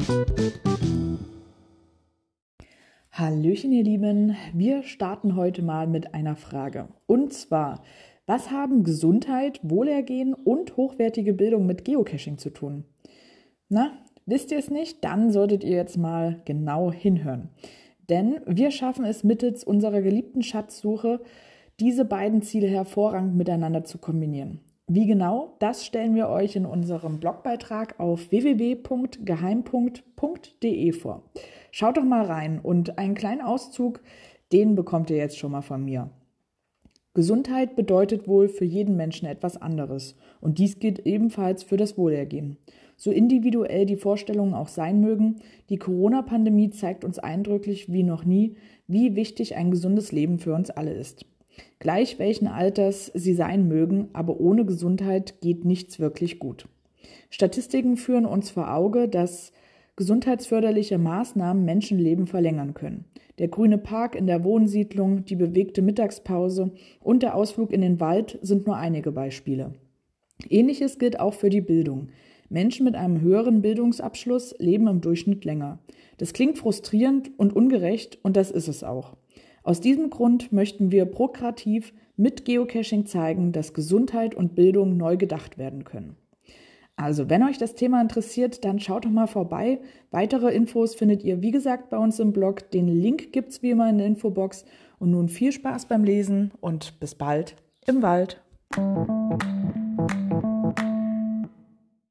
Hallöchen, ihr Lieben. Wir starten heute mal mit einer Frage. Und zwar, was haben Gesundheit, Wohlergehen und hochwertige Bildung mit Geocaching zu tun? Na, wisst ihr es nicht? Dann solltet ihr jetzt mal genau hinhören. Denn wir schaffen es mittels unserer geliebten Schatzsuche, diese beiden Ziele hervorragend miteinander zu kombinieren. Wie genau, das stellen wir euch in unserem Blogbeitrag auf www.geheim.de vor. Schaut doch mal rein und einen kleinen Auszug, den bekommt ihr jetzt schon mal von mir. Gesundheit bedeutet wohl für jeden Menschen etwas anderes und dies gilt ebenfalls für das Wohlergehen. So individuell die Vorstellungen auch sein mögen, die Corona-Pandemie zeigt uns eindrücklich wie noch nie, wie wichtig ein gesundes Leben für uns alle ist. Gleich welchen Alters sie sein mögen, aber ohne Gesundheit geht nichts wirklich gut. Statistiken führen uns vor Auge, dass gesundheitsförderliche Maßnahmen Menschenleben verlängern können. Der grüne Park in der Wohnsiedlung, die bewegte Mittagspause und der Ausflug in den Wald sind nur einige Beispiele. Ähnliches gilt auch für die Bildung. Menschen mit einem höheren Bildungsabschluss leben im Durchschnitt länger. Das klingt frustrierend und ungerecht und das ist es auch. Aus diesem Grund möchten wir prokreativ mit Geocaching zeigen, dass Gesundheit und Bildung neu gedacht werden können. Also, wenn euch das Thema interessiert, dann schaut doch mal vorbei. Weitere Infos findet ihr, wie gesagt, bei uns im Blog. Den Link gibt's wie immer in der Infobox. Und nun viel Spaß beim Lesen und bis bald im Wald.